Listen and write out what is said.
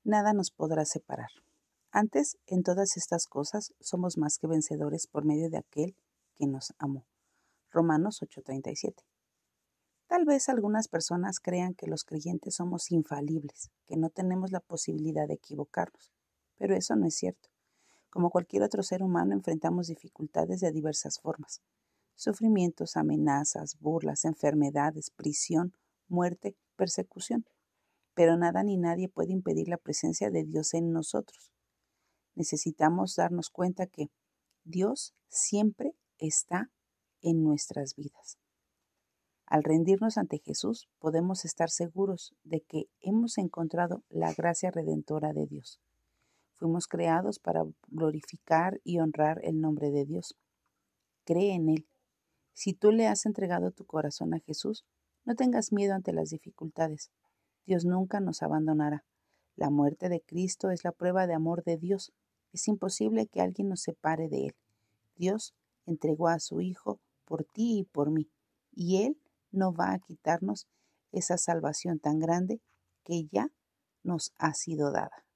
nada nos podrá separar. Antes, en todas estas cosas, somos más que vencedores por medio de aquel que nos amó. Romanos 8:37. Tal vez algunas personas crean que los creyentes somos infalibles, que no tenemos la posibilidad de equivocarnos, pero eso no es cierto. Como cualquier otro ser humano, enfrentamos dificultades de diversas formas: sufrimientos, amenazas, burlas, enfermedades, prisión, muerte, persecución. Pero nada ni nadie puede impedir la presencia de Dios en nosotros. Necesitamos darnos cuenta que Dios siempre está en nuestras vidas. Al rendirnos ante Jesús, podemos estar seguros de que hemos encontrado la gracia redentora de Dios. Fuimos creados para glorificar y honrar el nombre de Dios. Cree en Él. Si tú le has entregado tu corazón a Jesús, no tengas miedo ante las dificultades. Dios nunca nos abandonará. La muerte de Cristo es la prueba de amor de Dios. Es imposible que alguien nos separe de Él. Dios entregó a su Hijo por ti y por mí, y Él no va a quitarnos esa salvación tan grande que ya nos ha sido dada.